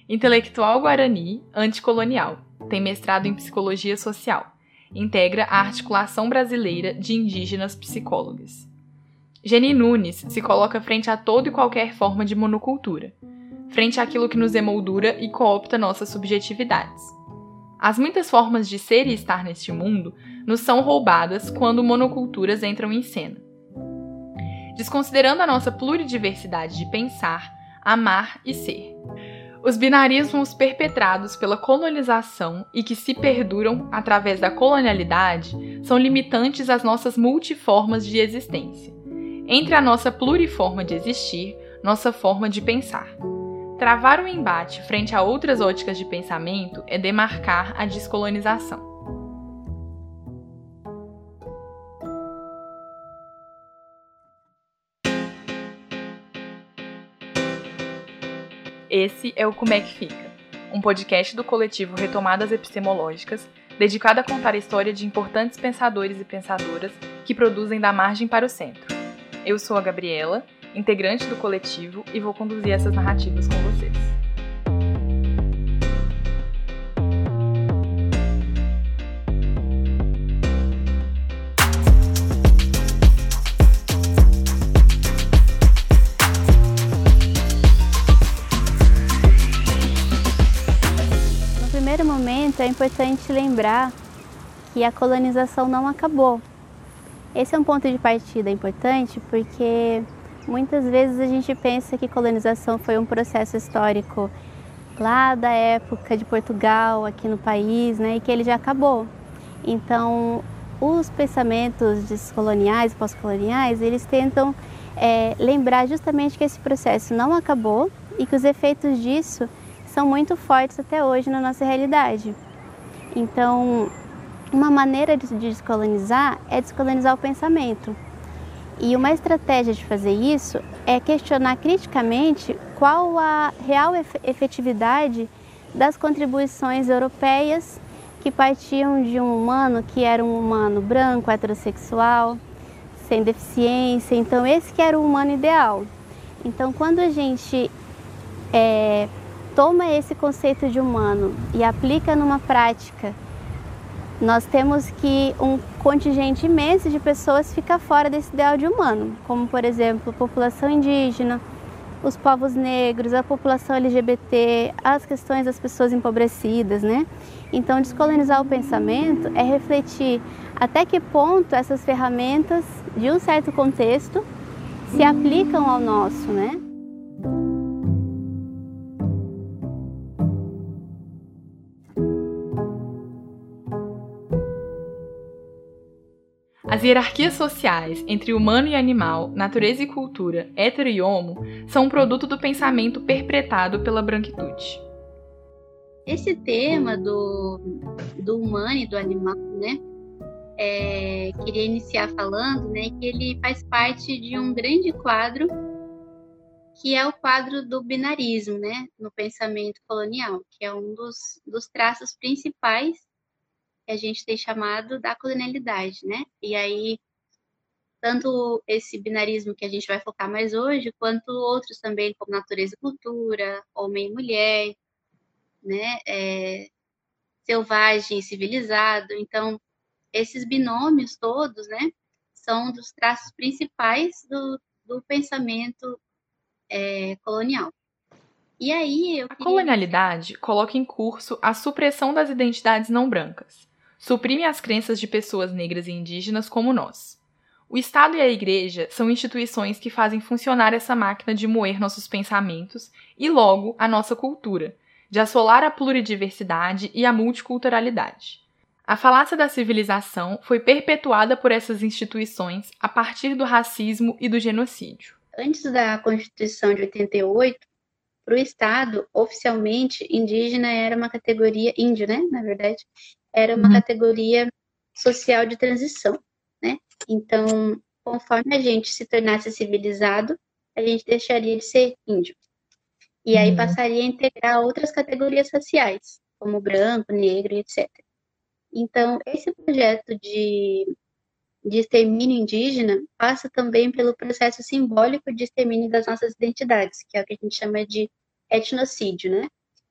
Intelectual guarani, anticolonial. Tem mestrado em psicologia social. Integra a Articulação Brasileira de Indígenas Psicólogos. Geni Nunes se coloca frente a toda e qualquer forma de monocultura, frente àquilo que nos emoldura e coopta nossas subjetividades. As muitas formas de ser e estar neste mundo nos são roubadas quando monoculturas entram em cena. Desconsiderando a nossa pluridiversidade de pensar, amar e ser. Os binarismos perpetrados pela colonização e que se perduram através da colonialidade são limitantes às nossas multiformas de existência. Entre a nossa pluriforma de existir, nossa forma de pensar. Travar um embate frente a outras óticas de pensamento é demarcar a descolonização. Esse é o Como é que Fica, um podcast do coletivo Retomadas Epistemológicas, dedicado a contar a história de importantes pensadores e pensadoras que produzem da margem para o centro. Eu sou a Gabriela, integrante do coletivo, e vou conduzir essas narrativas com vocês. No primeiro momento, é importante lembrar que a colonização não acabou. Esse é um ponto de partida importante porque muitas vezes a gente pensa que colonização foi um processo histórico lá da época de Portugal, aqui no país, né, e que ele já acabou. Então, os pensamentos descoloniais, pós-coloniais, eles tentam lembrar justamente que esse processo não acabou e que os efeitos disso são muito fortes até hoje na nossa realidade. Então, uma maneira de descolonizar é descolonizar o pensamento. E uma estratégia de fazer isso é questionar criticamente qual a real efetividade das contribuições europeias que partiam de um humano que era um humano branco, heterossexual, sem deficiência. Então, esse que era o humano ideal. Então, quando a gente toma esse conceito de humano e aplica numa prática, nós temos que um contingente imenso de pessoas fica fora desse ideal de humano, como, por exemplo, a população indígena, os povos negros, a população LGBT, as questões das pessoas empobrecidas, né? Então, descolonizar o pensamento é refletir até que ponto essas ferramentas, de um certo contexto, se aplicam ao nosso, né? As hierarquias sociais entre humano e animal, natureza e cultura, hétero e homo, são um produto do pensamento perpetrado pela branquitude. Esse tema do humano e do animal, né, queria iniciar falando, né, que ele faz parte de um grande quadro, que é o quadro do binarismo, né, no pensamento colonial, que é um dos traços principais que a gente tem chamado da colonialidade, né? E aí, tanto esse binarismo que a gente vai focar mais hoje, quanto outros também, como natureza e cultura, homem e mulher, né? Selvagem e civilizado. Então, esses binômios todos, né? São dos traços principais do pensamento colonial. E aí, A colonialidade coloca em curso a supressão das identidades não brancas. Suprime as crenças de pessoas negras e indígenas como nós. O Estado e a Igreja são instituições que fazem funcionar essa máquina de moer nossos pensamentos e, logo, a nossa cultura, de assolar a pluridiversidade e a multiculturalidade. A falácia da civilização foi perpetuada por essas instituições a partir do racismo e do genocídio. Antes da Constituição de 88, para o Estado, oficialmente, indígena era uma categoria, índio, né, na verdade, era uma categoria social de transição, né? Então, conforme a gente se tornasse civilizado, a gente deixaria de ser índio. E aí passaria a integrar outras categorias raciais, como branco, negro, etc. Então, esse projeto de extermínio indígena passa também pelo processo simbólico de extermínio das nossas identidades, que é o que a gente chama de etnocídio, né?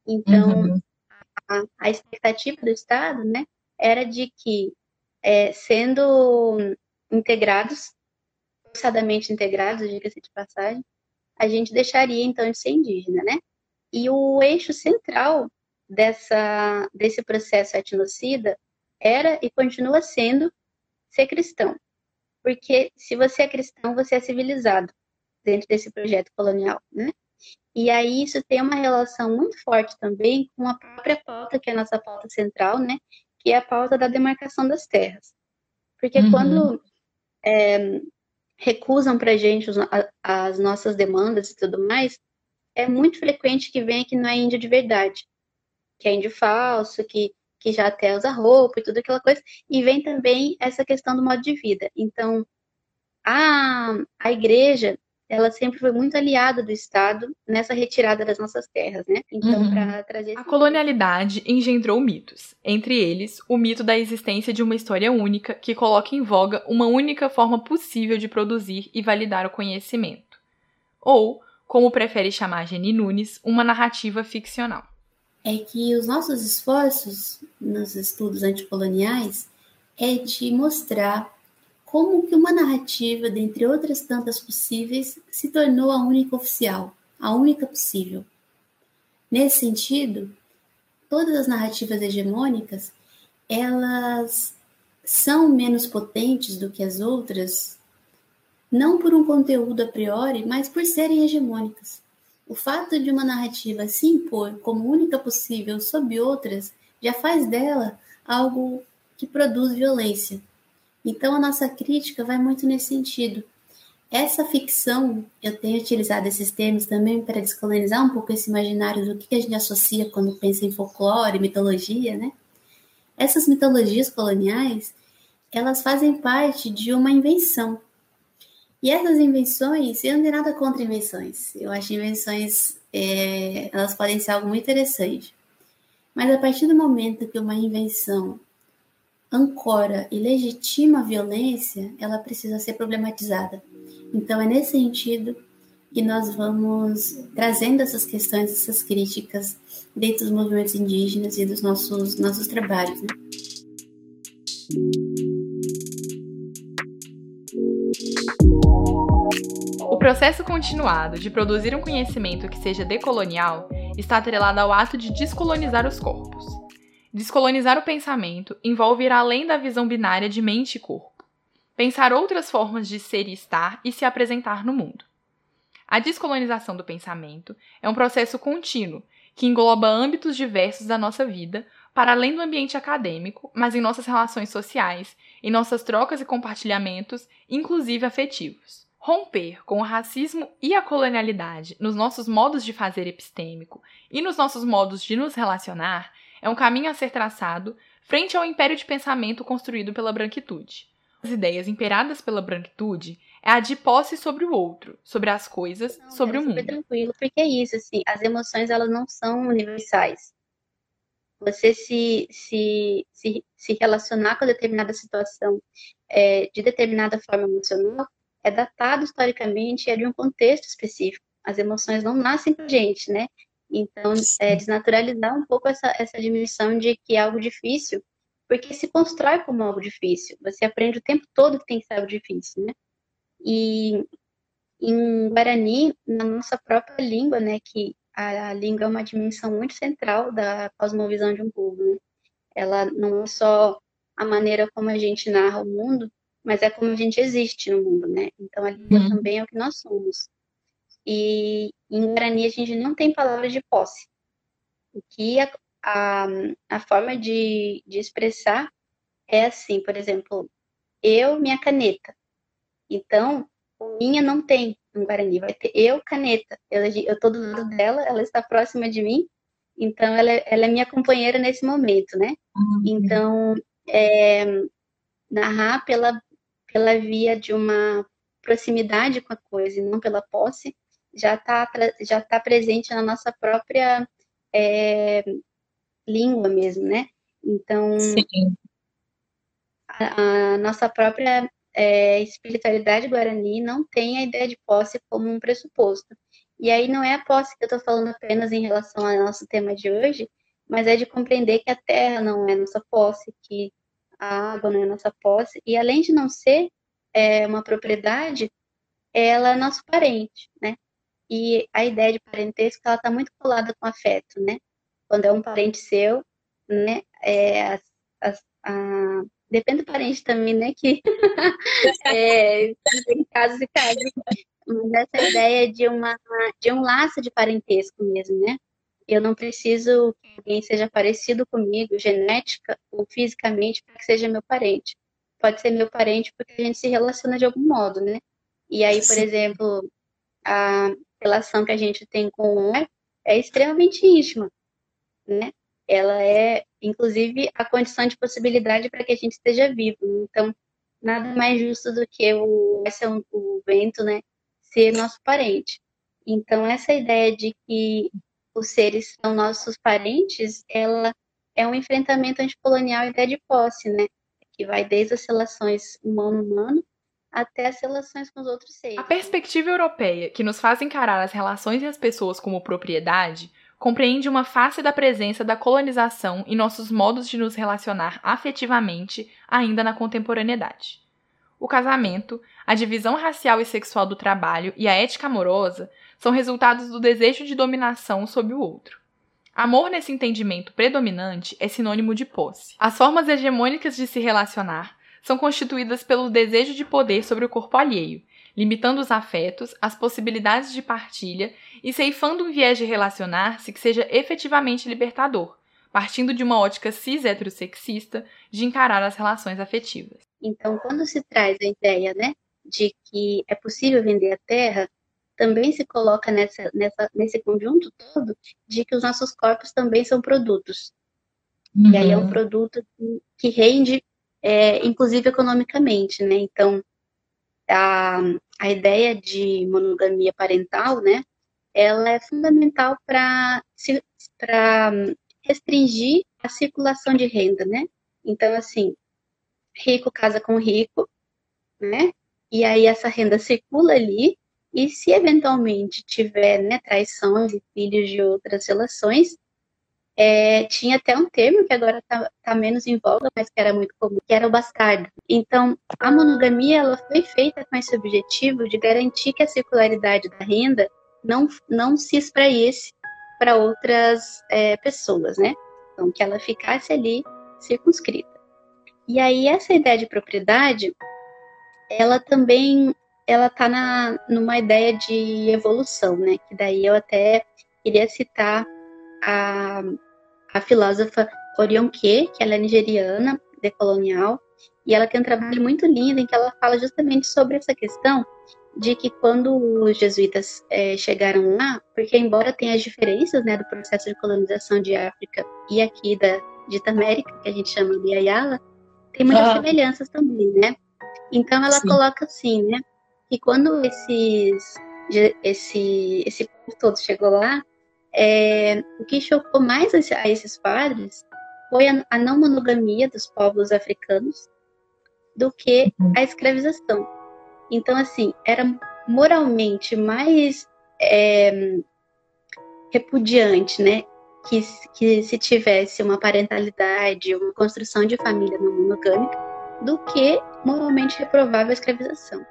Então, a expectativa do Estado, né, era de que, sendo integrados, forçadamente integrados, diga-se de passagem, a gente deixaria, então, de ser indígena, né? E o eixo central desse processo etnocida era e continua sendo ser cristão. Porque se você é cristão, você é civilizado dentro desse projeto colonial, né? E aí isso tem uma relação muito forte também com a própria pauta, que é a nossa pauta central, né? Que é a pauta da demarcação das terras. Porque quando recusam para a gente as nossas demandas e tudo mais, é muito frequente que venha que não é índio de verdade, que é índio falso, que já até usa roupa e tudo aquela coisa, e vem também essa questão do modo de vida. Então, a igreja, ela sempre foi muito aliada do Estado nessa retirada das nossas terras, né? Então, para trazer... A colonialidade engendrou mitos, entre eles o mito da existência de uma história única que coloca em voga uma única forma possível de produzir e validar o conhecimento. Ou, como prefere chamar Geni Nunes, uma narrativa ficcional. É que os nossos esforços nos estudos anticoloniais é de mostrar como que uma narrativa, dentre outras tantas possíveis, se tornou a única oficial, a única possível. Nesse sentido, todas as narrativas hegemônicas, elas são menos potentes do que as outras, não por um conteúdo a priori, mas por serem hegemônicas. O fato de uma narrativa se impor como única possível sobre outras já faz dela algo que produz violência. Então, a nossa crítica vai muito nesse sentido. Essa ficção, eu tenho utilizado esses termos também para descolonizar um pouco esse imaginário do que a gente associa quando pensa em folclore, mitologia, né? Essas mitologias coloniais, elas fazem parte de uma invenção. E essas invenções, eu não tenho nada contra invenções. Eu acho invenções, elas podem ser algo muito interessante. Mas a partir do momento que uma invenção ancora e legitima a violência, ela precisa ser problematizada. Então, é nesse sentido que nós vamos trazendo essas questões, essas críticas dentro dos movimentos indígenas e dos nossos trabalhos, né? O processo continuado de produzir um conhecimento que seja decolonial está atrelado ao ato de descolonizar os corpos. Descolonizar o pensamento envolve ir além da visão binária de mente e corpo. Pensar outras formas de ser e estar e se apresentar no mundo. A descolonização do pensamento é um processo contínuo que engloba âmbitos diversos da nossa vida, para além do ambiente acadêmico, mas em nossas relações sociais, em nossas trocas e compartilhamentos, inclusive afetivos. Romper com o racismo e a colonialidade nos nossos modos de fazer epistêmico e nos nossos modos de nos relacionar é um caminho a ser traçado frente ao império de pensamento construído pela branquitude. As ideias imperadas pela branquitude é a de posse sobre o outro, sobre as coisas, sobre o mundo. Super tranquilo, porque é isso, assim, as emoções elas não são universais. Você se relacionar com determinada situação de determinada forma emocional é datado historicamente, é de um contexto específico. As emoções não nascem com a gente, né? Então, desnaturalizar um pouco essa dimensão de que é algo difícil, porque se constrói como algo difícil. Você aprende o tempo todo que tem que ser algo difícil, né? E em Guarani, na nossa própria língua, né, que a língua é uma dimensão muito central da cosmovisão de um povo, né? Ela não é só a maneira como a gente narra o mundo, mas é como a gente existe no mundo, né? Então, a língua também é o que nós somos. E em Guarani a gente não tem palavras de posse. O que a forma de expressar é assim, por exemplo, eu, minha caneta. Então, o minha não tem no Guarani, vai ter eu, caneta. Eu estou do lado dela, ela está próxima de mim, então ela é minha companheira nesse momento, né? Então, narrar pela via de uma proximidade com a coisa e não pela posse, já tá presente na nossa própria língua mesmo, né? Então, a nossa própria espiritualidade guarani não tem a ideia de posse como um pressuposto. E aí não é a posse que eu estou falando apenas em relação ao nosso tema de hoje, mas é de compreender que a terra não é nossa posse, que a água não é nossa posse, e além de não ser uma propriedade, ela é nosso parente, né? E a ideia de parentesco, ela está muito colada com afeto, né? Quando é um parente seu, né? Depende do parente também, né? Que tem casos e casos. Mas essa ideia de um laço de parentesco mesmo, né? Eu não preciso que alguém seja parecido comigo, genética ou fisicamente, para que seja meu parente. Pode ser meu parente porque a gente se relaciona de algum modo, né? E aí, por exemplo, a relação que a gente tem com o mar é extremamente íntima, né? Ela é, inclusive, a condição de possibilidade para que a gente esteja vivo. Então, nada mais justo do que o vento, né, ser nosso parente. Então, essa ideia de que os seres são nossos parentes, ela é um enfrentamento anticolonial à ideia de posse, né? Que vai desde as relações humano-humano até as relações com os outros seres. A perspectiva europeia, que nos faz encarar as relações e as pessoas como propriedade, compreende uma face da presença da colonização em nossos modos de nos relacionar afetivamente ainda na contemporaneidade. O casamento, a divisão racial e sexual do trabalho e a ética amorosa são resultados do desejo de dominação sobre o outro. Amor nesse entendimento predominante é sinônimo de posse. As formas hegemônicas de se relacionar são constituídas pelo desejo de poder sobre o corpo alheio, limitando os afetos, as possibilidades de partilha e ceifando um viés de relacionar-se que seja efetivamente libertador, partindo de uma ótica cis-heterossexista de encarar as relações afetivas. Então, quando se traz a ideia, né, de que é possível vender a terra, também se coloca nesse conjunto todo de que os nossos corpos também são produtos. Uhum. E aí é um produto que rende, inclusive economicamente, né? Então, a ideia de monogamia parental, né, ela é fundamental para restringir a circulação de renda, né? Então, assim, rico casa com rico, né? E aí essa renda circula ali, e se eventualmente tiver, né, traições e filhos de outras relações, tinha até um termo que agora tá menos em voga, mas que era muito comum, que era o bastardo. Então, a monogamia ela foi feita com esse objetivo de garantir que a circularidade da renda não se espraísse para outras pessoas, né? Então, que ela ficasse ali circunscrita. E aí, essa ideia de propriedade, ela também está numa ideia de evolução, né? Que daí eu até queria citar a filósofa Orionke, que ela é nigeriana, decolonial, e ela tem um trabalho muito lindo em que ela fala justamente sobre essa questão de que quando os jesuítas chegaram lá, porque embora tenha as diferenças, né, do processo de colonização de África e aqui da dita América, que a gente chama de Ayala, tem muitas semelhanças também, né? Então ela coloca assim, né, que quando esse povo todo chegou lá, o que chocou mais a esses padres foi a não monogamia dos povos africanos do que a escravização. Então, assim, era moralmente mais repudiante, né, que se tivesse uma parentalidade, uma construção de família não monogâmica, do que moralmente reprovável a escravização.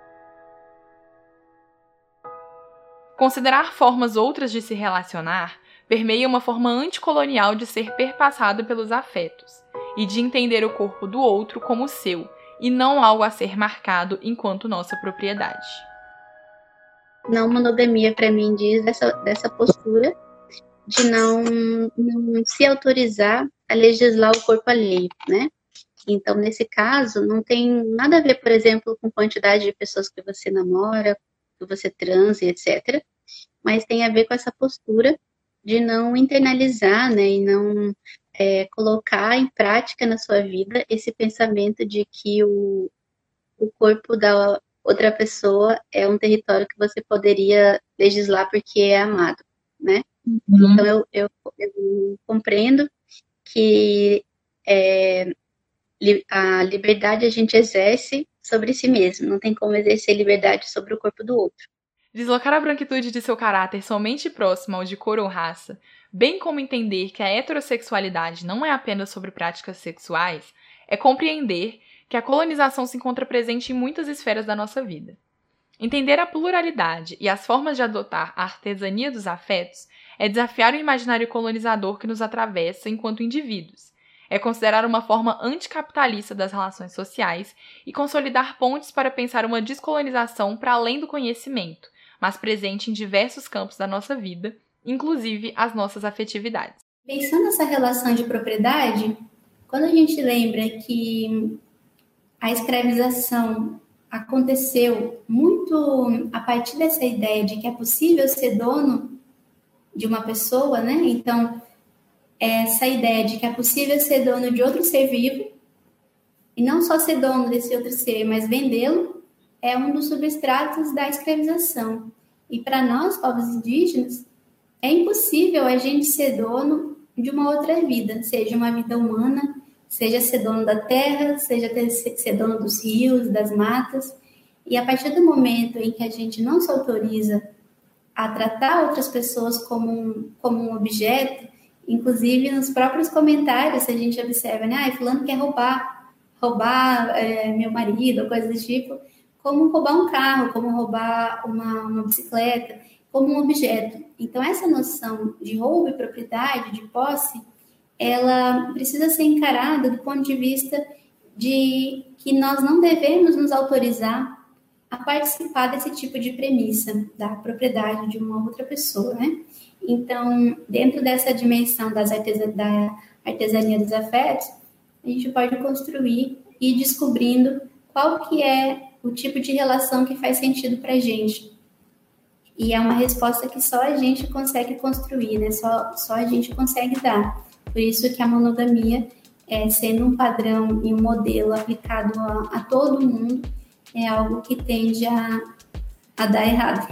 Considerar formas outras de se relacionar permeia uma forma anticolonial de ser perpassado pelos afetos e de entender o corpo do outro como seu e não algo a ser marcado enquanto nossa propriedade. Não monogamia, para mim, diz dessa postura de não se autorizar a legislar o corpo alheio, né? Então, nesse caso, não tem nada a ver, por exemplo, com quantidade de pessoas que você namora, que você transa, etc. Mas tem a ver com essa postura de não internalizar, né, e não colocar em prática na sua vida esse pensamento de que o corpo da outra pessoa é um território que você poderia legislar porque é amado, né? Uhum. Então, eu compreendo que a liberdade a gente exerce sobre si mesmo, não tem como exercer liberdade sobre o corpo do outro. Deslocar a branquitude de seu caráter somente próximo ao de cor ou raça, bem como entender que a heterossexualidade não é apenas sobre práticas sexuais, é compreender que a colonização se encontra presente em muitas esferas da nossa vida. Entender a pluralidade e as formas de adotar a artesania dos afetos é desafiar o imaginário colonizador que nos atravessa enquanto indivíduos. É considerar uma forma anticapitalista das relações sociais e consolidar pontes para pensar uma descolonização para além do conhecimento, mas presente em diversos campos da nossa vida, inclusive as nossas afetividades. Pensando nessa relação de propriedade, quando a gente lembra que a escravização aconteceu muito a partir dessa ideia de que é possível ser dono de uma pessoa, né? Então, essa ideia de que é possível ser dono de outro ser vivo, e não só ser dono desse outro ser, mas vendê-lo, é um dos substratos da escravização. E para nós, povos indígenas, é impossível a gente ser dono de uma outra vida, seja uma vida humana, seja ser dono da terra, seja ser dono dos rios, das matas. E a partir do momento em que a gente não se autoriza a tratar outras pessoas como um objeto, inclusive nos próprios comentários, a gente observa, né? Fulano quer roubar meu marido, coisas do tipo, como roubar um carro, como roubar uma bicicleta, como um objeto. Então, essa noção de roubo e propriedade, de posse, ela precisa ser encarada do ponto de vista de que nós não devemos nos autorizar a participar desse tipo de premissa da propriedade de uma outra pessoa, né? Então, dentro dessa dimensão da artesania dos afetos, a gente pode construir e ir descobrindo qual que é o tipo de relação que faz sentido para a gente. E é uma resposta que só a gente consegue construir, né? Só a gente consegue dar. Por isso que a monogamia, sendo um padrão e um modelo aplicado a todo mundo, é algo que tende a dar errado.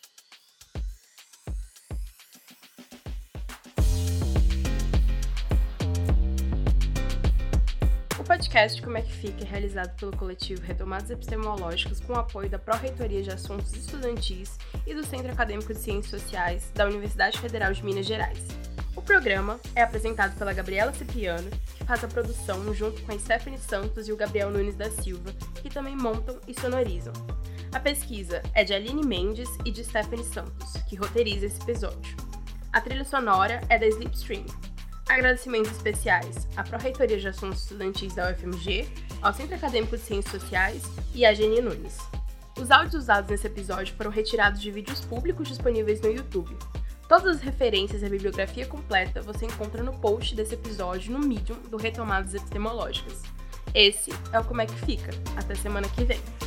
O podcast Como é que Fica é realizado pelo coletivo Retomadas Epistemológicas com o apoio da Pró-Reitoria de Assuntos Estudantis e do Centro Acadêmico de Ciências Sociais da Universidade Federal de Minas Gerais. O programa é apresentado pela Gabriela Cipriano, que faz a produção junto com a Stephanie Santos e o Gabriel Nunes da Silva, que também montam e sonorizam. A pesquisa é de Aline Mendes e de Stephanie Santos, que roteiriza esse episódio. A trilha sonora é da Slipstream. Agradecimentos especiais à Pró-Reitoria de Assuntos Estudantis da UFMG, ao Centro Acadêmico de Ciências Sociais e à Geni Nunes. Os áudios usados nesse episódio foram retirados de vídeos públicos disponíveis no YouTube. Todas as referências e a bibliografia completa você encontra no post desse episódio no Medium do Retomadas Epistemológicas. Esse é o Como é que Fica. Até semana que vem.